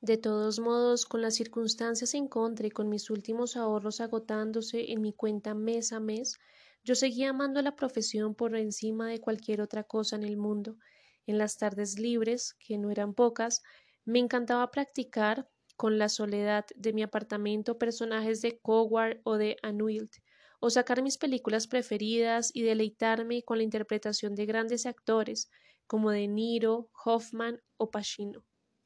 De todos modos, con las circunstancias en contra y con mis últimos ahorros agotándose en mi cuenta mes a mes, yo seguía amando la profesión por encima de cualquier otra cosa en el mundo. En las tardes libres, que no eran pocas, me encantaba practicar con la soledad de mi apartamento personajes de Coward o de Anne Wilde, o sacar mis películas preferidas y deleitarme con la interpretación de grandes actores como De Niro, Hoffman o Pacino.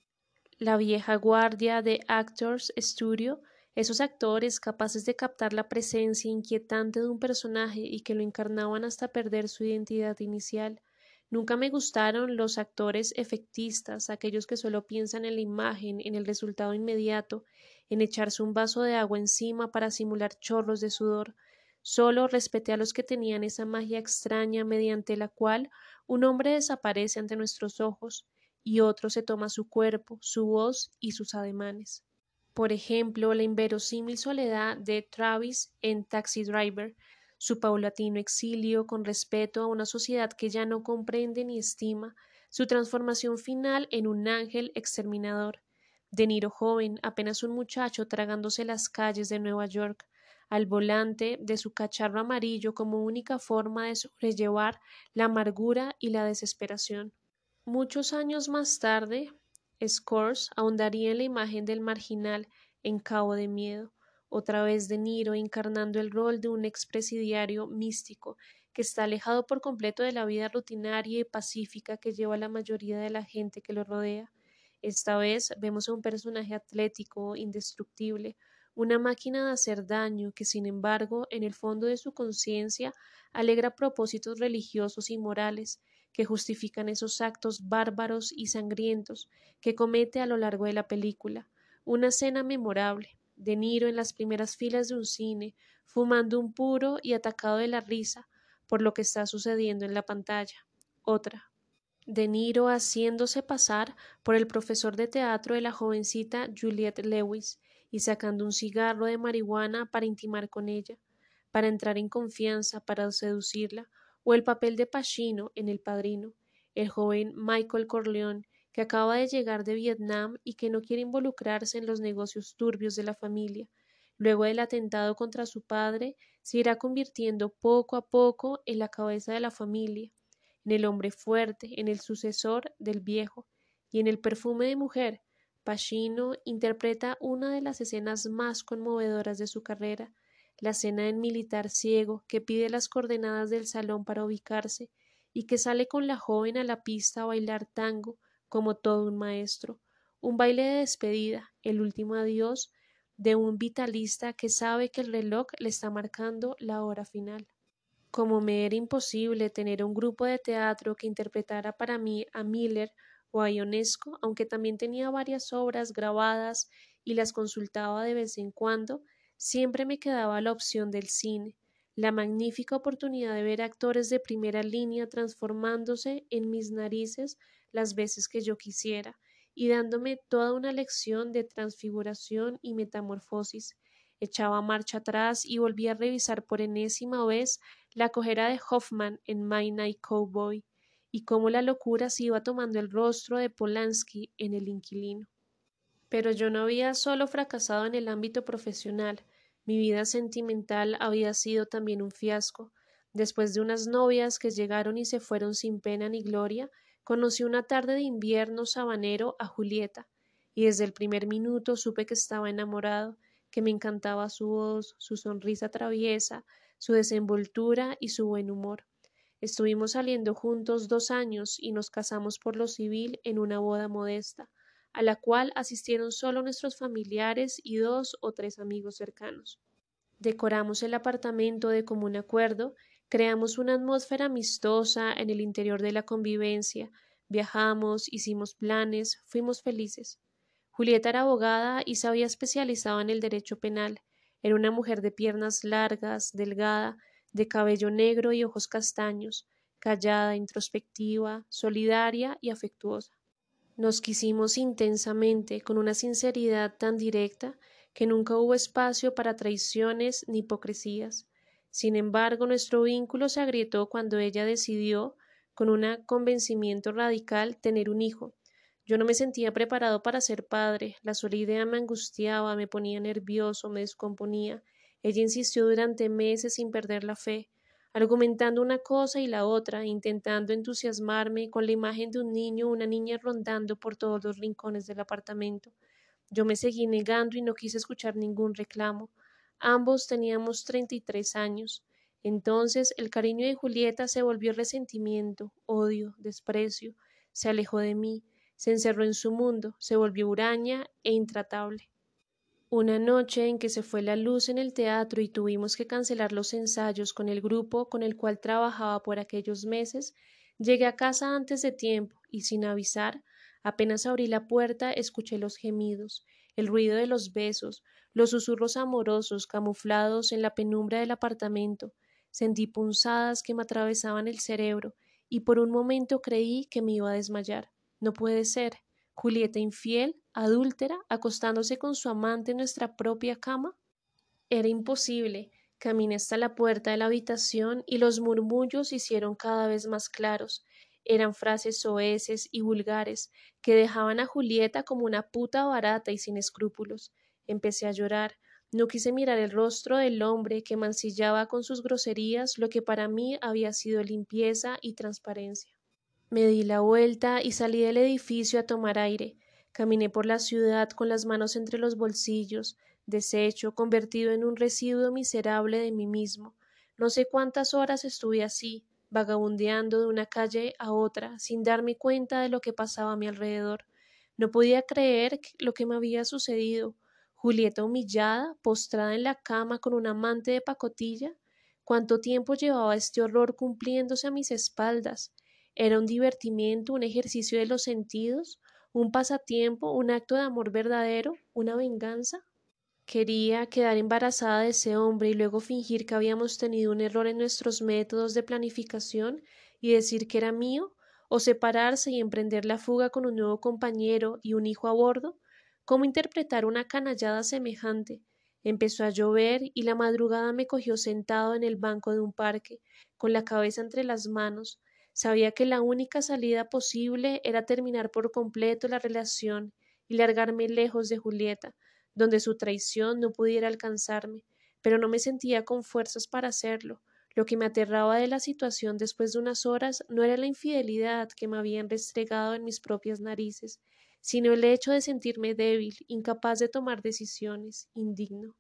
La vieja guardia de Actors Studio, esos actores capaces de captar la presencia inquietante de un personaje y que lo encarnaban hasta perder su identidad inicial. Nunca me gustaron los actores efectistas, aquellos que solo piensan en la imagen, en el resultado inmediato, en echarse un vaso de agua encima para simular chorros de sudor. Solo respeté a los que tenían esa magia extraña mediante la cual un hombre desaparece ante nuestros ojos y otro se toma su cuerpo, su voz y sus ademanes. Por ejemplo, la inverosímil soledad de Travis en Taxi Driver, su paulatino exilio con respeto a una sociedad que ya no comprende ni estima, su transformación final en un ángel exterminador. De Niro joven, apenas un muchacho tragándose las calles de Nueva York, al volante de su cacharro amarillo como única forma de sobrellevar la amargura y la desesperación. Muchos años más tarde, Scores ahondaría en la imagen del marginal en Cabo de Miedo, otra vez De Niro encarnando el rol de un expresidiario místico que está alejado por completo de la vida rutinaria y pacífica que lleva la mayoría de la gente que lo rodea. Esta vez vemos a un personaje atlético, indestructible, una máquina de hacer daño que, sin embargo, en el fondo de su conciencia alegra propósitos religiosos y morales que justifican esos actos bárbaros y sangrientos que comete a lo largo de la película. Una escena memorable, De Niro en las primeras filas de un cine, fumando un puro y atacado de la risa por lo que está sucediendo en la pantalla. Otra, De Niro haciéndose pasar por el profesor de teatro de la jovencita Juliette Lewis y sacando un cigarro de marihuana para intimar con ella, para entrar en confianza, para seducirla, o el papel de Pacino en El Padrino, el joven Michael Corleone, que acaba de llegar de Vietnam y que no quiere involucrarse en los negocios turbios de la familia. Luego del atentado contra su padre, se irá convirtiendo poco a poco en la cabeza de la familia, en el hombre fuerte, en el sucesor del viejo, y en el perfume de mujer. Pacino interpreta una de las escenas más conmovedoras de su carrera, la escena del militar ciego que pide las coordenadas del salón para ubicarse y que sale con la joven a la pista a bailar tango como todo un maestro, un baile de despedida, el último adiós de un vitalista que sabe que el reloj le está marcando la hora final. Como me era imposible tener un grupo de teatro que interpretara para mí a Miller o a Ionesco, aunque también tenía varias obras grabadas y las consultaba de vez en cuando, siempre me quedaba la opción del cine, la magnífica oportunidad de ver actores de primera línea transformándose en mis narices las veces que yo quisiera, y dándome toda una lección de transfiguración y metamorfosis. Echaba marcha atrás y volví a revisar por enésima vez la cojera de Hoffman en My Night Cowboy, y cómo la locura se iba tomando el rostro de Polanski en El Inquilino. Pero yo no había solo fracasado en el ámbito profesional, mi vida sentimental había sido también un fiasco. Después de unas novias que llegaron y se fueron sin pena ni gloria, conocí una tarde de invierno sabanero a Julieta, y desde el primer minuto supe que estaba enamorado, que me encantaba su voz, su sonrisa traviesa, su desenvoltura y su buen humor. Estuvimos saliendo juntos 2 años y nos casamos por lo civil en una boda modesta, a la cual asistieron solo nuestros familiares y 2 o 3 amigos cercanos. Decoramos el apartamento de común acuerdo, creamos una atmósfera amistosa en el interior de la convivencia, viajamos, hicimos planes, fuimos felices. Julieta era abogada y se había especializado en el derecho penal. Era una mujer de piernas largas, delgada, de cabello negro y ojos castaños, callada, introspectiva, solidaria y afectuosa. Nos quisimos intensamente, con una sinceridad tan directa que nunca hubo espacio para traiciones ni hipocresías. Sin embargo, nuestro vínculo se agrietó cuando ella decidió, con un convencimiento radical, tener un hijo. Yo no me sentía preparado para ser padre, la sola idea me angustiaba, me ponía nervioso, me descomponía. Ella insistió durante meses sin perder la fe, argumentando una cosa y la otra, intentando entusiasmarme con la imagen de un niño o una niña rondando por todos los rincones del apartamento. Yo me seguí negando y no quise escuchar ningún reclamo. Ambos teníamos 33 años. Entonces el cariño de Julieta se volvió resentimiento, odio, desprecio. Se alejó de mí, se encerró en su mundo, se volvió huraña e intratable. Una noche en que se fue la luz en el teatro y tuvimos que cancelar los ensayos con el grupo con el cual trabajaba por aquellos meses, llegué a casa antes de tiempo y sin avisar, apenas abrí la puerta, escuché los gemidos, el ruido de los besos, los susurros amorosos camuflados en la penumbra del apartamento. Sentí punzadas que me atravesaban el cerebro y por un momento creí que me iba a desmayar. No puede ser. Julieta infiel, adúltera, acostándose con su amante en nuestra propia cama. Era imposible. Caminé hasta la puerta de la habitación y los murmullos se hicieron cada vez más claros. Eran frases soeces y vulgares que dejaban a Julieta como una puta barata y sin escrúpulos. Empecé a llorar. No quise mirar el rostro del hombre que mancillaba con sus groserías lo que para mí había sido limpieza y transparencia. Me di la vuelta y salí del edificio a tomar aire. Caminé por la ciudad con las manos entre los bolsillos, deshecho, convertido en un residuo miserable de mí mismo. No sé cuántas horas estuve así, vagabundeando de una calle a otra, sin darme cuenta de lo que pasaba a mi alrededor. No podía creer lo que me había sucedido. Julieta humillada, postrada en la cama con un amante de pacotilla. ¿Cuánto tiempo llevaba este horror cumpliéndose a mis espaldas? Era un divertimiento, un ejercicio de los sentidos, un pasatiempo, un acto de amor verdadero, una venganza. Quería quedar embarazada de ese hombre y luego fingir que habíamos tenido un error en nuestros métodos de planificación y decir que era mío, o separarse y emprender la fuga con un nuevo compañero y un hijo a bordo. ¿Cómo interpretar una canallada semejante? Empezó a llover y la madrugada me cogió sentado en el banco de un parque, con la cabeza entre las manos. Sabía que la única salida posible era terminar por completo la relación y largarme lejos de Julieta, donde su traición no pudiera alcanzarme, pero no me sentía con fuerzas para hacerlo. Lo que me aterraba de la situación después de unas horas no era la infidelidad que me habían restregado en mis propias narices, sino el hecho de sentirme débil, incapaz de tomar decisiones, indigno.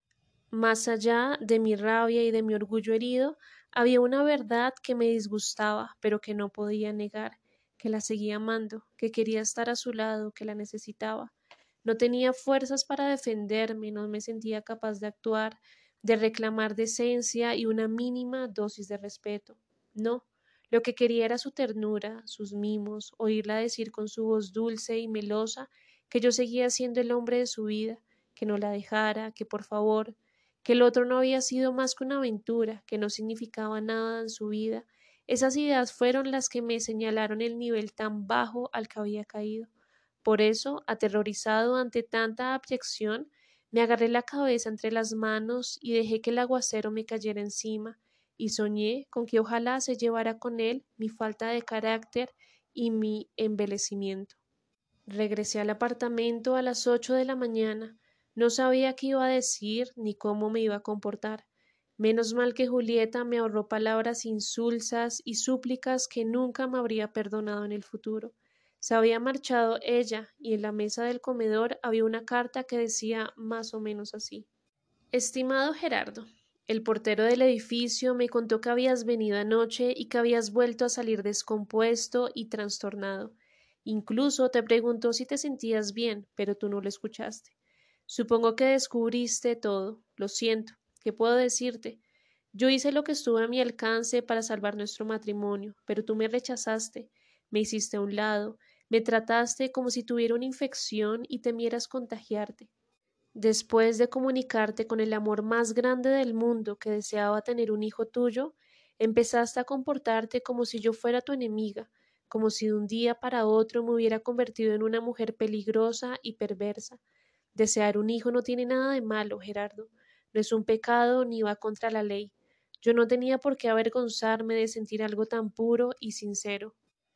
Más allá de mi rabia y de mi orgullo herido, había una verdad que me disgustaba, pero que no podía negar, que la seguía amando, que quería estar a su lado, que la necesitaba. No tenía fuerzas para defenderme, no me sentía capaz de actuar, de reclamar decencia y una mínima dosis de respeto. No, lo que quería era su ternura, sus mimos, oírla decir con su voz dulce y melosa que yo seguía siendo el hombre de su vida, que no la dejara, que por favor, que el otro no había sido más que una aventura, que no significaba nada en su vida. Esas ideas fueron las que me señalaron el nivel tan bajo al que había caído. Por eso, aterrorizado ante tanta abyección, me agarré la cabeza entre las manos y dejé que el aguacero me cayera encima, y soñé con que ojalá se llevara con él mi falta de carácter y mi embelecimiento. Regresé al apartamento a las 8 de la mañana. No sabía qué iba a decir ni cómo me iba a comportar. Menos mal que Julieta me ahorró palabras insulsas y súplicas que nunca me habría perdonado en el futuro. Se había marchado ella y en la mesa del comedor había una carta que decía más o menos así. Estimado Gerardo, el portero del edificio me contó que habías venido anoche y que habías vuelto a salir descompuesto y trastornado. Incluso te preguntó si te sentías bien, pero tú no lo escuchaste. Supongo que descubriste todo. Lo siento. ¿Qué puedo decirte? Yo hice lo que estuvo a mi alcance para salvar nuestro matrimonio, pero tú me rechazaste, me hiciste a un lado, me trataste como si tuviera una infección y temieras contagiarte. Después de comunicarte con el amor más grande del mundo que deseaba tener un hijo tuyo, empezaste a comportarte como si yo fuera tu enemiga, como si de un día para otro me hubiera convertido en una mujer peligrosa y perversa. Desear un hijo no tiene nada de malo, Gerardo. No es un pecado ni va contra la ley. Yo no tenía por qué avergonzarme de sentir algo tan puro y sincero.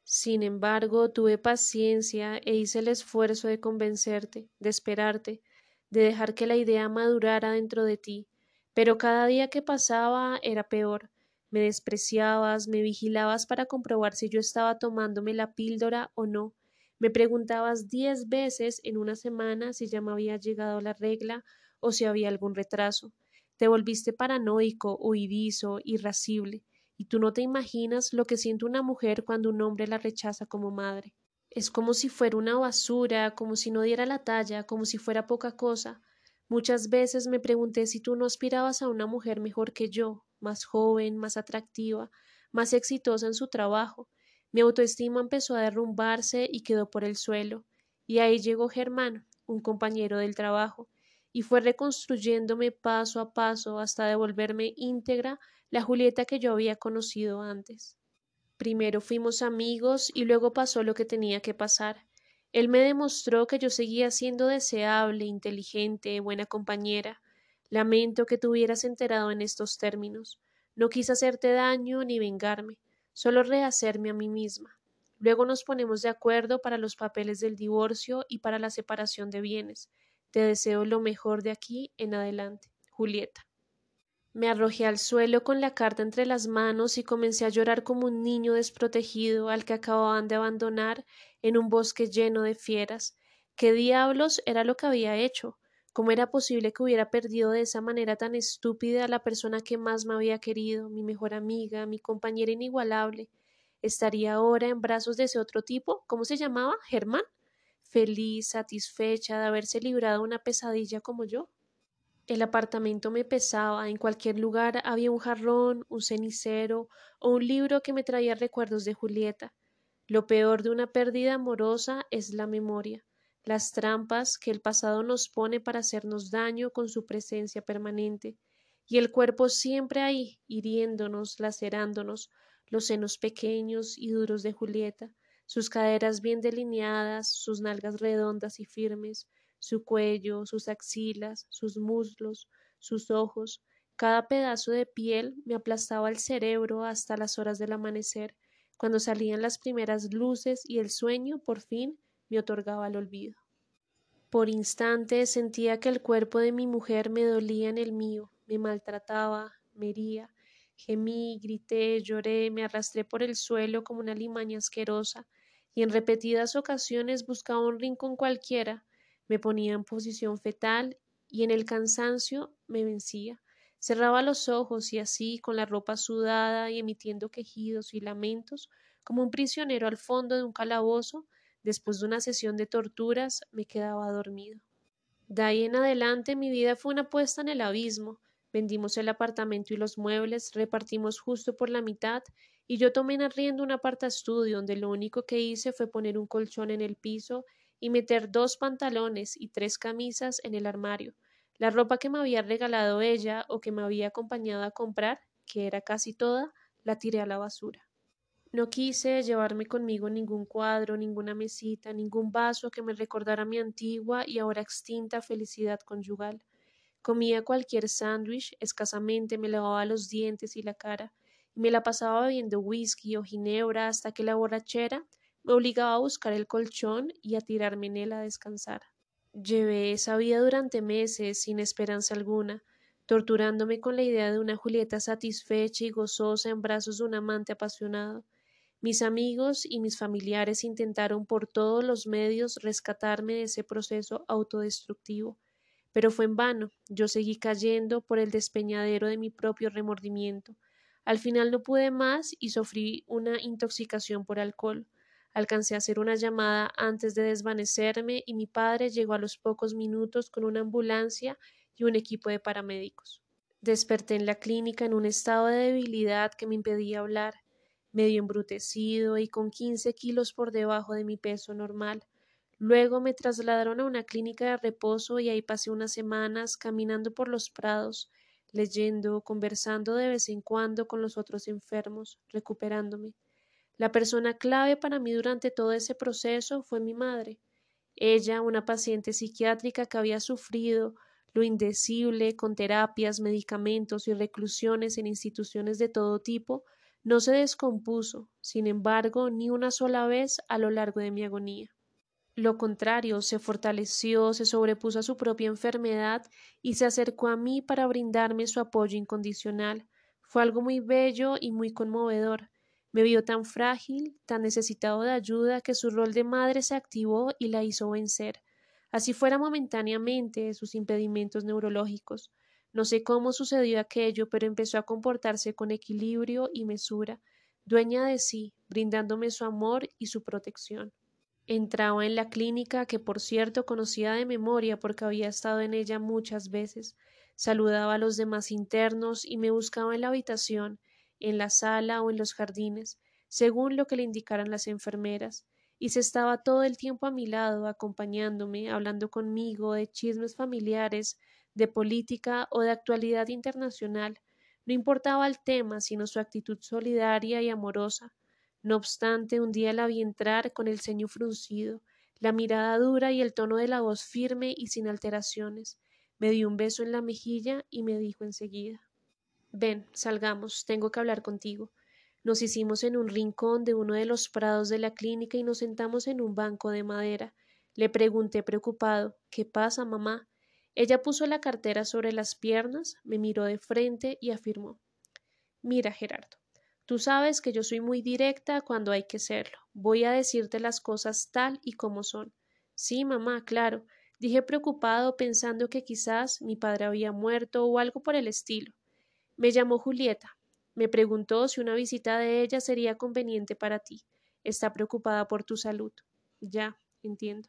Sin embargo, tuve paciencia e hice el esfuerzo de convencerte, de esperarte, de dejar que la idea madurara dentro de ti, pero cada día que pasaba era peor. Me despreciabas, me vigilabas para comprobar si yo estaba tomándome la píldora o no. Me preguntabas 10 veces en una semana si ya me había llegado la regla o si había algún retraso. Te volviste paranoico, huidizo, irascible y tú no te imaginas lo que siente una mujer cuando un hombre la rechaza como madre. Es como si fuera una basura, como si no diera la talla, como si fuera poca cosa. Muchas veces me pregunté si tú no aspirabas a una mujer mejor que yo, más joven, más atractiva, más exitosa en su trabajo. Mi autoestima empezó a derrumbarse y quedó por el suelo. Y ahí llegó Germán, un compañero del trabajo, y fue reconstruyéndome paso a paso hasta devolverme íntegra la Julieta que yo había conocido antes. Primero fuimos amigos y luego pasó lo que tenía que pasar. Él me demostró que yo seguía siendo deseable, inteligente, buena compañera. Lamento que te hubieras enterado en estos términos. No quise hacerte daño ni vengarme, solo rehacerme a mí misma. Luego nos ponemos de acuerdo para los papeles del divorcio y para la separación de bienes. Te deseo lo mejor de aquí en adelante. Julieta. Me arrojé al suelo con la carta entre las manos y comencé a llorar como un niño desprotegido al que acababan de abandonar en un bosque lleno de fieras. ¿Qué diablos era lo que había hecho? ¿Cómo era posible que hubiera perdido de esa manera tan estúpida a la persona que más me había querido, mi mejor amiga, mi compañera inigualable? ¿Estaría ahora en brazos de ese otro tipo? ¿Cómo se llamaba? ¿Germán? Feliz, satisfecha de haberse librado de una pesadilla como yo. El apartamento me pesaba, en cualquier lugar había un jarrón, un cenicero o un libro que me traía recuerdos de Julieta. Lo peor de una pérdida amorosa es la memoria, las trampas que el pasado nos pone para hacernos daño con su presencia permanente, y el cuerpo siempre ahí, hiriéndonos, lacerándonos, los senos pequeños y duros de Julieta, sus caderas bien delineadas, sus nalgas redondas y firmes, su cuello, sus axilas, sus muslos, sus ojos, cada pedazo de piel me aplastaba el cerebro hasta las horas del amanecer, cuando salían las primeras luces y el sueño, por fin, me otorgaba el olvido. Por instantes sentía que el cuerpo de mi mujer me dolía en el mío, me maltrataba, me hería. Gemí, grité, lloré, me arrastré por el suelo como una limaña asquerosa, y en repetidas ocasiones buscaba un rincón cualquiera, me ponía en posición fetal y en el cansancio me vencía. Cerraba los ojos y así, con la ropa sudada y emitiendo quejidos y lamentos, como un prisionero al fondo de un calabozo, después de una sesión de torturas, me quedaba dormido. De ahí en adelante mi vida fue una puesta en el abismo. Vendimos el apartamento y los muebles, repartimos justo por la mitad, y yo tomé en arriendo un apartaestudio donde lo único que hice fue poner un colchón en el piso y meter 2 pantalones y 3 camisas en el armario. La ropa que me había regalado ella o que me había acompañado a comprar, que era casi toda, la tiré a la basura. No quise llevarme conmigo ningún cuadro, ninguna mesita, ningún vaso que me recordara mi antigua y ahora extinta felicidad conyugal. Comía cualquier sándwich, escasamente me lavaba los dientes y la cara, y me la pasaba bebiendo whisky o ginebra hasta que la borrachera me obligaba a buscar el colchón y a tirarme en él a descansar. Llevé esa vida durante meses sin esperanza alguna, torturándome con la idea de una Julieta satisfecha y gozosa en brazos de un amante apasionado. Mis amigos y mis familiares intentaron por todos los medios rescatarme de ese proceso autodestructivo, pero fue en vano. Yo seguí cayendo por el despeñadero de mi propio remordimiento. Al final no pude más y sufrí una intoxicación por alcohol. Alcancé a hacer una llamada antes de desvanecerme y mi padre llegó a los pocos minutos con una ambulancia y un equipo de paramédicos. Desperté en la clínica en un estado de debilidad que me impedía hablar, medio embrutecido y con 15 kilos por debajo de mi peso normal. Luego me trasladaron a una clínica de reposo y ahí pasé unas semanas caminando por los prados, leyendo, conversando de vez en cuando con los otros enfermos, recuperándome. La persona clave para mí durante todo ese proceso fue mi madre. Ella, una paciente psiquiátrica que había sufrido lo indecible con terapias, medicamentos y reclusiones en instituciones de todo tipo, No se descompuso, sin embargo, ni una sola vez a lo largo de mi agonía. Lo contrario, se fortaleció, se sobrepuso a su propia enfermedad y se acercó a mí para brindarme su apoyo incondicional. Fue algo muy bello y muy conmovedor. Me vio tan frágil, tan necesitado de ayuda, que su rol de madre se activó y la hizo vencer, así fuera momentáneamente, sus impedimentos neurológicos. No sé cómo sucedió aquello, pero empezó a comportarse con equilibrio y mesura, dueña de sí, brindándome su amor y su protección. Entraba en la clínica, que por cierto conocía de memoria porque había estado en ella muchas veces. Saludaba a los demás internos y me buscaba en la habitación, en la sala o en los jardines, según lo que le indicaran las enfermeras, y se estaba todo el tiempo a mi lado, acompañándome, hablando conmigo de chismes familiares, de política o de actualidad internacional. No importaba el tema, sino su actitud solidaria y amorosa. No obstante, un día la vi entrar con el ceño fruncido, la mirada dura y el tono de la voz firme y sin alteraciones. Me dio un beso en la mejilla y me dijo enseguida: Ven, salgamos, tengo que hablar contigo. Nos hicimos en un rincón de uno de los prados de la clínica y nos sentamos en un banco de madera. Le pregunté preocupado: ¿Qué pasa, mamá? Ella puso la cartera sobre las piernas, me miró de frente y afirmó: Mira, Gerardo, tú sabes que yo soy muy directa cuando hay que serlo. Voy a decirte las cosas tal y como son. Sí, mamá, claro, dije preocupado, pensando que quizás mi padre había muerto o algo por el estilo. Me llamó Julieta. Me preguntó si una visita de ella sería conveniente para ti. Está preocupada por tu salud. Ya, entiendo.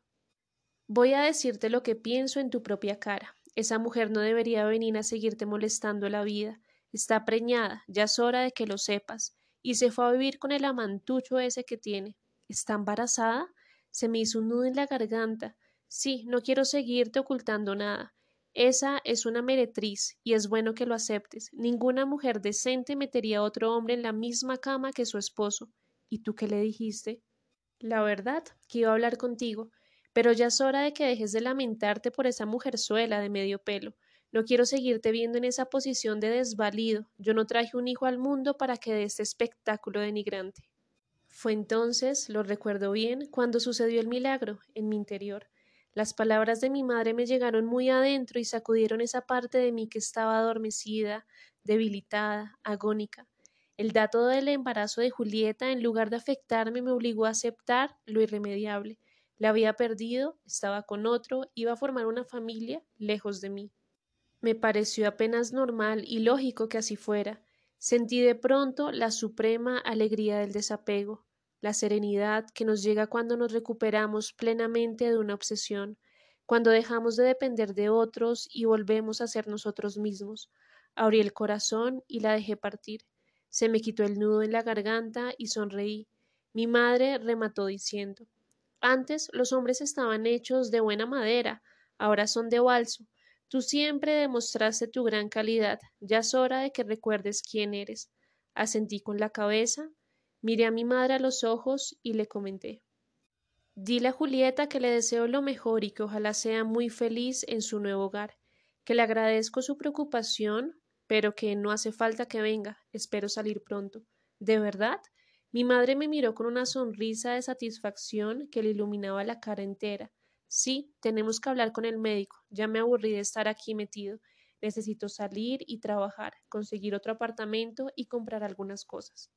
Voy a decirte lo que pienso en tu propia cara. Esa mujer no debería venir a seguirte molestando la vida. Está preñada, ya es hora de que lo sepas. Y se fue a vivir con el amantucho ese que tiene. ¿Está embarazada? Se me hizo un nudo en la garganta. Sí, no quiero seguirte ocultando nada. Esa es una meretriz, y es bueno que lo aceptes. Ninguna mujer decente metería a otro hombre en la misma cama que su esposo. ¿Y tú qué le dijiste? La verdad, que iba a hablar contigo, pero ya es hora de que dejes de lamentarte por esa mujerzuela de medio pelo. No quiero seguirte viendo en esa posición de desvalido. Yo no traje un hijo al mundo para que dé este espectáculo denigrante. Fue entonces, lo recuerdo bien, cuando sucedió el milagro en mi interior. Las palabras de mi madre me llegaron muy adentro y sacudieron esa parte de mí que estaba adormecida, debilitada, agónica. El dato del embarazo de Julieta, en lugar de afectarme, me obligó a aceptar lo irremediable. La había perdido, estaba con otro, iba a formar una familia lejos de mí. Me pareció apenas normal y lógico que así fuera. Sentí de pronto la suprema alegría del desapego, la serenidad que nos llega cuando nos recuperamos plenamente de una obsesión, cuando dejamos de depender de otros y volvemos a ser nosotros mismos. Abrí el corazón y la dejé partir. Se me quitó el nudo en la garganta y sonreí. Mi madre remató diciendo: Antes los hombres estaban hechos de buena madera, ahora son de balso. Tú siempre demostraste tu gran calidad, ya es hora de que recuerdes quién eres. Asentí con la cabeza, miré a mi madre a los ojos y le comenté: Dile a Julieta que le deseo lo mejor y que ojalá sea muy feliz en su nuevo hogar, que le agradezco su preocupación, pero que no hace falta que venga, espero salir pronto. ¿De verdad? Mi madre me miró con una sonrisa de satisfacción que le iluminaba la cara entera. Sí, tenemos que hablar con el médico. Ya me aburrí de estar aquí metido. Necesito salir y trabajar, conseguir otro apartamento y comprar algunas cosas.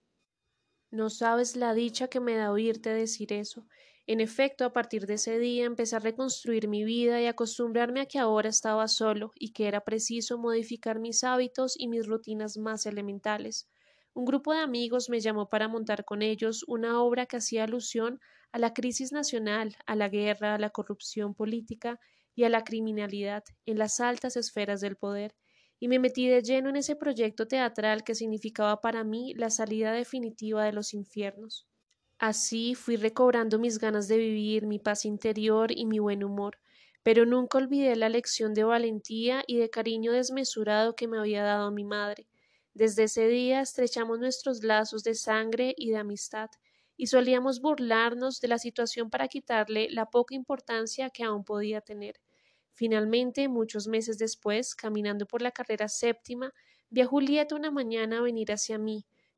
No sabes la dicha que me da oírte decir eso. En efecto, a partir de ese día empecé a reconstruir mi vida y acostumbrarme a que ahora estaba solo y que era preciso modificar mis hábitos y mis rutinas más elementales. Un grupo de amigos me llamó para montar con ellos una obra que hacía alusión a la crisis nacional, a la guerra, a la corrupción política y a la criminalidad en las altas esferas del poder, y me metí de lleno en ese proyecto teatral que significaba para mí la salida definitiva de los infiernos. Así fui recobrando mis ganas de vivir, mi paz interior y mi buen humor, pero nunca olvidé la lección de valentía y de cariño desmesurado que me había dado mi madre. Desde ese día estrechamos nuestros lazos de sangre y de amistad, y solíamos burlarnos de la situación para quitarle la poca importancia que aún podía tener. Finalmente, muchos meses después, caminando por la carrera séptima, vi a Julieta una mañana venir hacia mí,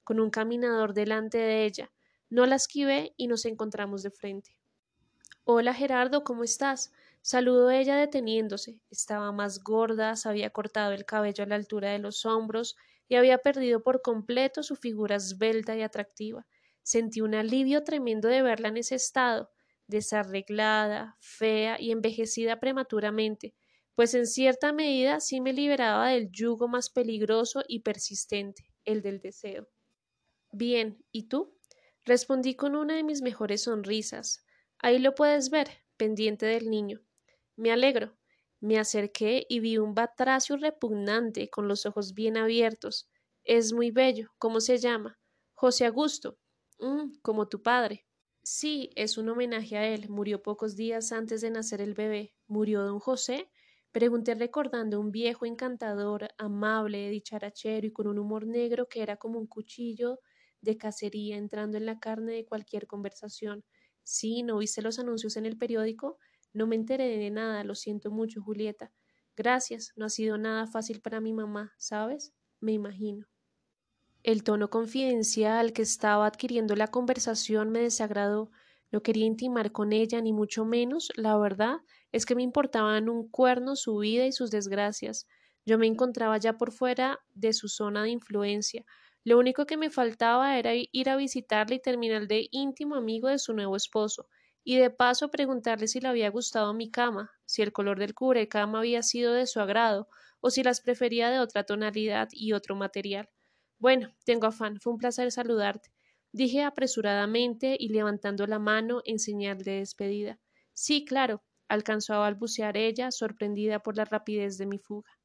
con un caminador delante de ella. No la esquivé y nos encontramos de frente. Hola Gerardo, ¿cómo estás? Saludó ella deteniéndose. Estaba más gorda, se había cortado el cabello a la altura de los hombros y había perdido por completo su figura esbelta y atractiva. Sentí un alivio tremendo de verla en ese estado, desarreglada, fea y envejecida prematuramente, pues en cierta medida sí me liberaba del yugo más peligroso y persistente, el del deseo. Bien, ¿y tú? Respondí con una de mis mejores sonrisas. Ahí lo puedes ver, pendiente del niño. Me alegro. Me acerqué y vi un batracio repugnante, con los ojos bien abiertos. Es muy bello. ¿Cómo se llama? José Augusto. Como tu padre. Sí, es un homenaje a él. Murió pocos días antes de nacer el bebé. ¿Murió don José? Pregunté recordando un viejo encantador, amable, dicharachero y con un humor negro que era como un cuchillo de cacería entrando en la carne de cualquier conversación. Sí, ¿no viste los anuncios en el periódico? No me enteré de nada, lo siento mucho, Julieta. Gracias, no ha sido nada fácil para mi mamá, ¿sabes? Me imagino. El tono confidencial que estaba adquiriendo la conversación me desagradó. No quería intimar con ella, ni mucho menos. La verdad es que me importaban un cuerno su vida y sus desgracias. Yo me encontraba ya por fuera de su zona de influencia. Lo único que me faltaba era ir a visitarle y terminar de íntimo amigo de su nuevo esposo, y de paso preguntarle si le había gustado mi cama, si el color del cubrecama había sido de su agrado, o si las prefería de otra tonalidad y otro material. Bueno, tengo afán. Fue un placer saludarte, dije apresuradamente y levantando la mano en señal de despedida. Sí, claro, alcanzó a balbucear ella, sorprendida por la rapidez de mi fuga.